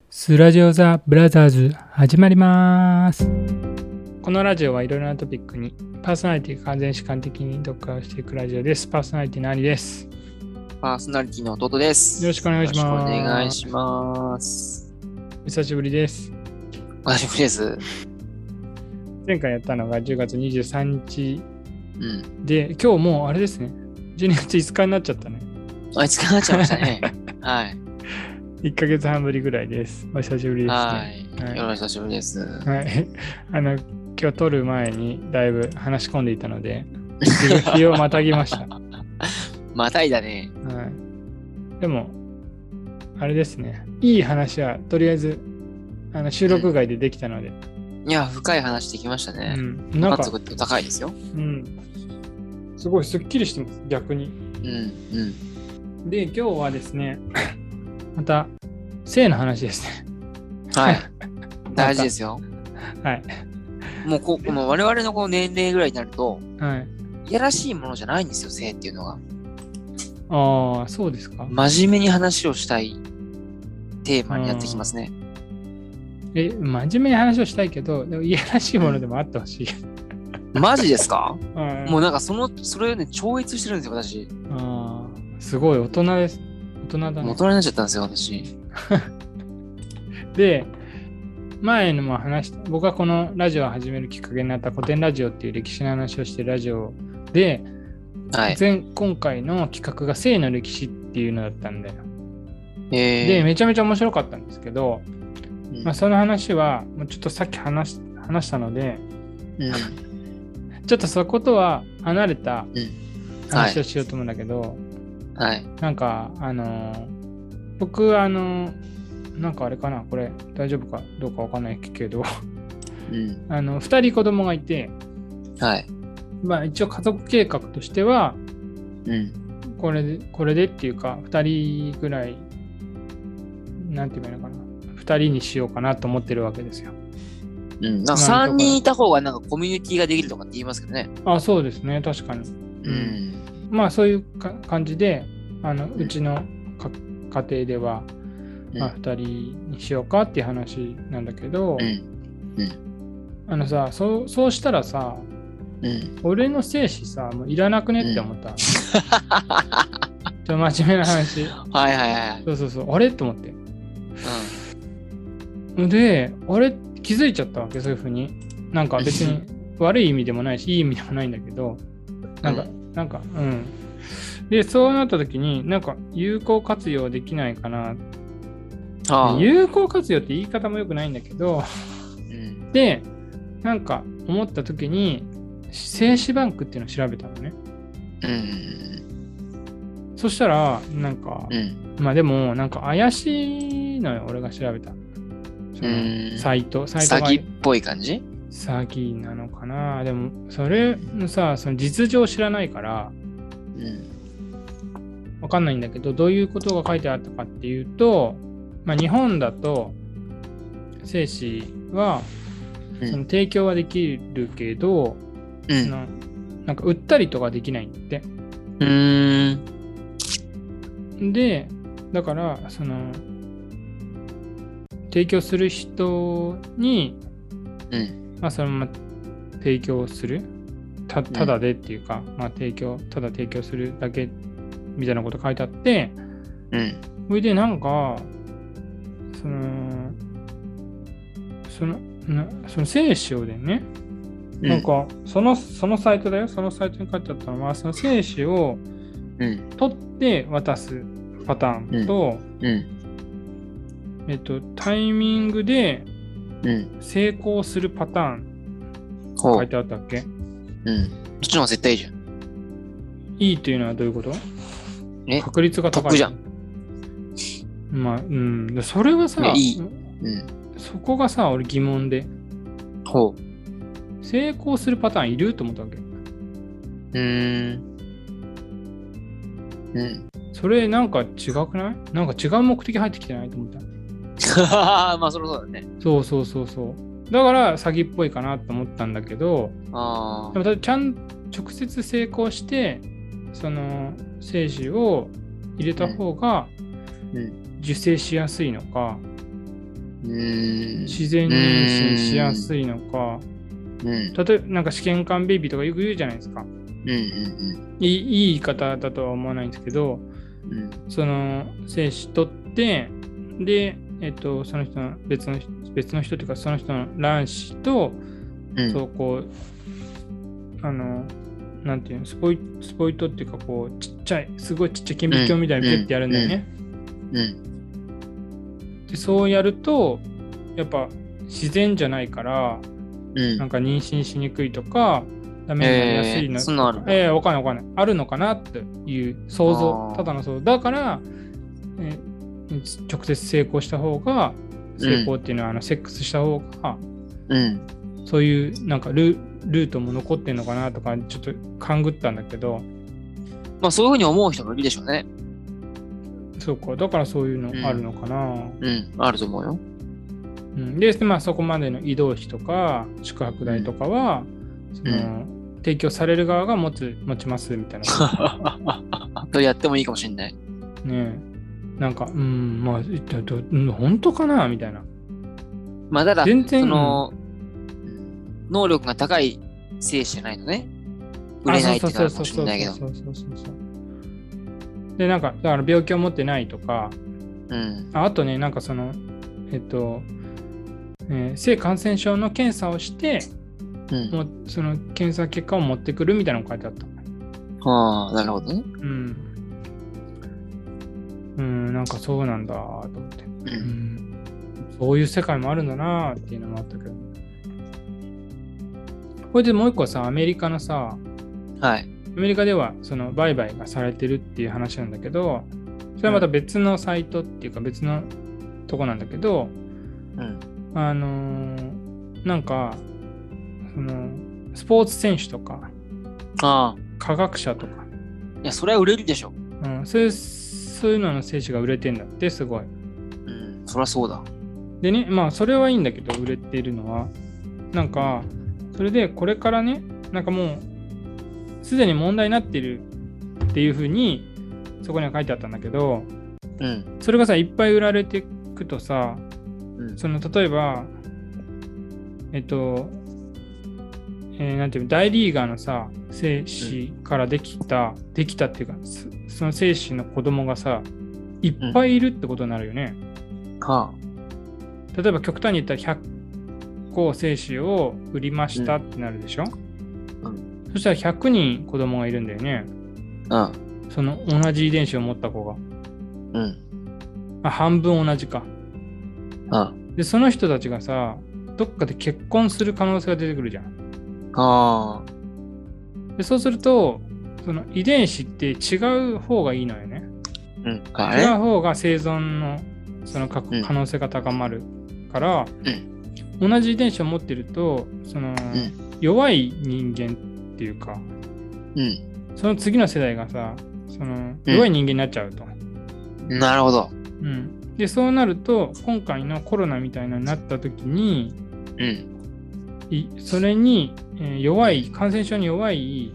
スラジオザブラザーズ始まります。このラジオはいろいろなトピックにパーソナリティが完全主観的に読解をしていくラジオです。パーソナリティのアリです。 パーソナリティの弟です。 よろしくお願いします。 よろしくお願いします。 お久しぶりです。 お久しぶりです。 前回やったのが10月23日で、今日もうあれですね。12月5日になっちゃったね。 5日になっちゃいましたね。はい。 1ヶ月半ぶりぐらいです。お久しぶりですね。 はい。よろしくお久しぶりです。 はい。今日撮る前にだいぶ話し込んでいたので、日をまたぎました。 またいだね。 はい。でも、あれですね。いい話はとりあえず収録外でできたので。 いや、深い話できましたね。 なんか満足度高いですよ。 すごいすっきりしてます、逆に。で、今日はですね、また性の話ですね。 はい。大事ですよ。 はい。 もう我々のこの年齢ぐらいになると、 はい。 いやらしいものじゃないんですよ、性っていうのが。 ああ、そうですか。 真面目に話をしたいテーマになってきますね。 真面目に話をしたいけど、でもいやらしいものでもあってほしい。 マジですか？もうなんかそれをね、超越してるんですよ、私。 すごい大人です。大人だね。 大人になっちゃったんですよ、私。 で、前のも話した、僕がこのラジオを始めるきっかけになった古典ラジオっていう歴史の話をしてるラジオで、 はい、 今回の企画が性の歴史っていうのだったんだよ。 で、 めちゃめちゃ面白かったんですけど、その話はもうちょっとさっき話したので、ちょっとそことは離れた話をしようと思うんだけど、なんか僕なんかあれかな、これ大丈夫かどうかわかんないけど、2人子供がいて、一応家族計画としては、これでっていうか2人ぐらいなんて言えばいいのかな、2人にしようかなと思ってるわけですよ。 なんか3人いた方がなんかコミュニティができるとかって言いますけどね。 そうですね、確かに。そういう感じでうちの家庭では、2人にしようかっていう話なんだけど、そうしたらさ、俺の精子さ、もういらなくねって思った。真面目な話。そう、あれと思って。で、あれ気づいちゃったわけ、そういうふうに。なんか別に悪い意味でもないし、いい意味でもないんだけど、で、そうなった時に、なんか有効活用できないかな。有効活用って言い方も良くないんだけど、で、なんか思った時に、精子バンクっていうのを調べたのね。そしたら、なんか、でも、なんか怪しいのよ、俺が調べた。サイト詐欺っぽい感じ？ 詐欺なのかな。でも、それのさ、その実情知らないから、わかんないんだけど、どういうことが書いてあったかっていうと、日本だと精子はその提供はできるけど、なんか売ったりとかできないんだって。で、だからその提供する人に、そのまま提供するただでっていうか、ただ提供するだけみたいなこと書いてあって、それでなんかその精子をでね、なんかそのサイトだよ、そのサイトに書いてあったのは、その精子を取って渡すパターンと、タイミングで成功するパターン書いてあったっけ？ そっちの方が絶対いいじゃん。 いいっていうのはどういうこと？確率が高い。 得じゃん。 それがさ、 いい。 そこがさ、俺疑問で。成功するパターンいると思ったわけ。それなんか違くない？なんか違う目的入ってきてないと思った。 そりゃそうだね。 そう。だから詐欺っぽいかなと思ったんだけど、でも直接成功して、その精子を入れた方が受精しやすいのか、 自然妊娠しやすいのか、例えばなんか試験管ベイビーとかよく言うじゃないですか。いい言い方だとは思わないんですけど、その精子取ってで、その人の別の人というかその人の卵子と、そうこうなんていうのスポイトっていうかこうすごいちっちゃい顕微鏡みたいにピュッてやるんだよね。でそうやるとやっぱ自然じゃないから、なんか妊娠しにくいとかダメになりやすいのとか、わかんないあるのかなっていう想像、ただの想像だから、直接成功した方が、成功っていうのはセックスした方が、そういうなんかルートも残ってんのかなとかちょっと勘ぐったんだけど、 まあそういうふうに思う人もいるでしょうね。 そうか、だからそういうのあるのかな。 あると思うよ。 で、まあそこまでの移動費とか宿泊代とかは、提供される側が持ちますみたいな。 とやってもいいかもしれない。 ねえ。なんか、まあ、本当かなみたいな。 まあ、ただ、全然その、能力が高い精子じゃないとね、売れないってなるかもしれないけど。 で、なんか、だから病気を持ってないとか、あとね、なんかその、性感染症の検査をして、もうその検査結果を持ってくるみたいなのが書いてあった。 なるほどね。 なんかそうなんだと思って、そういう世界もあるんだなっていうのもあったけど。これでもう一個さ、アメリカのさ、アメリカではその売買がされてるっていう話なんだけど、それはまた別のサイトっていうか別のとこなんだけど、なんかそのスポーツ選手とか科学者とか、 いやそれは売れるでしょ。 そういうのの精子が売れてんだってすごい。 そりゃそうだ。 でね、まあそれはいいんだけど売れてるのはなんかそれでこれからね、なんかもうすでに問題になってるっていう風にそこには書いてあったんだけど、それがさいっぱい売られていくとさ、その例えばなんていう大リーガーのさ精子からできたっていうかその精子の子供がさいっぱいいるってことになるよね。例えば極端に言ったら100個精子を売りましたってなるでしょ。そしたら100人子供がいるんだよね。その同じ遺伝子を持った子が。半分同じか。でその人たちがさどっかで結婚する可能性が出てくるじゃん。でそうするとその遺伝子って違う方がいいのよね。違う方が生存のその可能性が高まるから、同じ遺伝子を持ってるとその、弱い人間っていうか、その次の世代がさその弱い人間になっちゃうと。 なるほど。 でそうなると今回のコロナみたいなになった時に、それに、感染症に弱い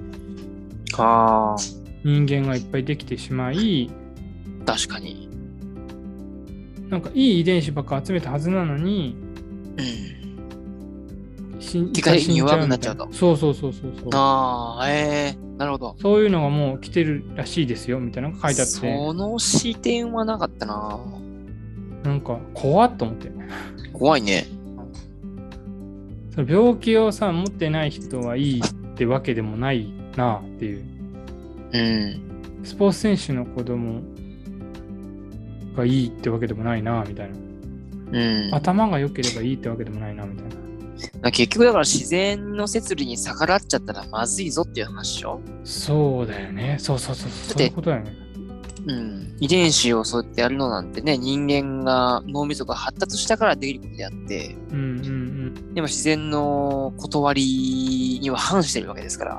人間がいっぱいできてしまい、 確かになんかいい遺伝子ばっか集めたはずなのに、 機械に弱くなっちゃうと。 そう。 なるほど。 そういうのがもう来てるらしいですよみたいなのが書いてあって。 その視点はなかったな。 なんか怖っと思って。 怖いね。 病気をさ持ってない人はいいってわけでもないなっていう。スポーツ選手の子供がいいってわけでもないなみたいな。頭が良ければいいってわけでもないなみたいな。結局だから自然の摂理に逆らっちゃったらまずいぞっていう話でしょ。 そうだよね。そう。そういうことだよね。 遺伝子をそうやってやるのなんてね、人間が脳みそが発達したからできることであって、でも自然の断りには反してるわけですから。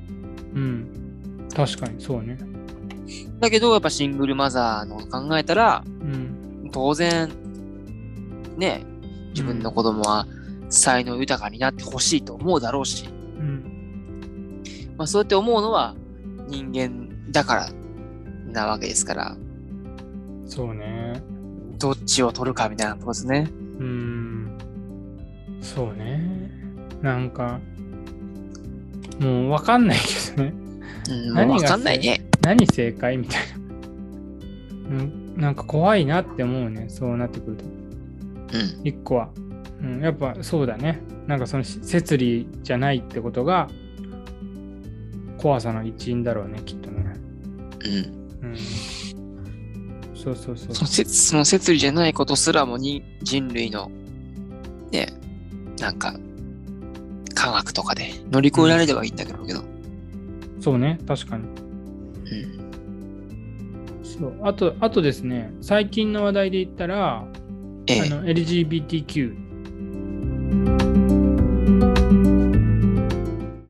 確かにそうね。 だけどやっぱシングルマザーの考えたら、当然ね、自分の子供は才能豊かになってほしいと思うだろうし、そうやって思うのは人間だからなわけですから。 そうね。 どっちを取るかみたいなところですね。 そうね。なんか、もうわかんないけどね。 もうわかんないね。 何正解みたいな。なんか怖いなって思うね。そうなってくると。一個は。やっぱそうだね。なんかその摂理じゃないってことが怖さの一因だろうね、きっとね。そうそうそう。 その摂理じゃないことすらもに人類のね、なんか科学とかで乗り越えられればいいんだけど。 そうね、確かに。そう。あとですね、最近の話題で言ったら、LGBTQ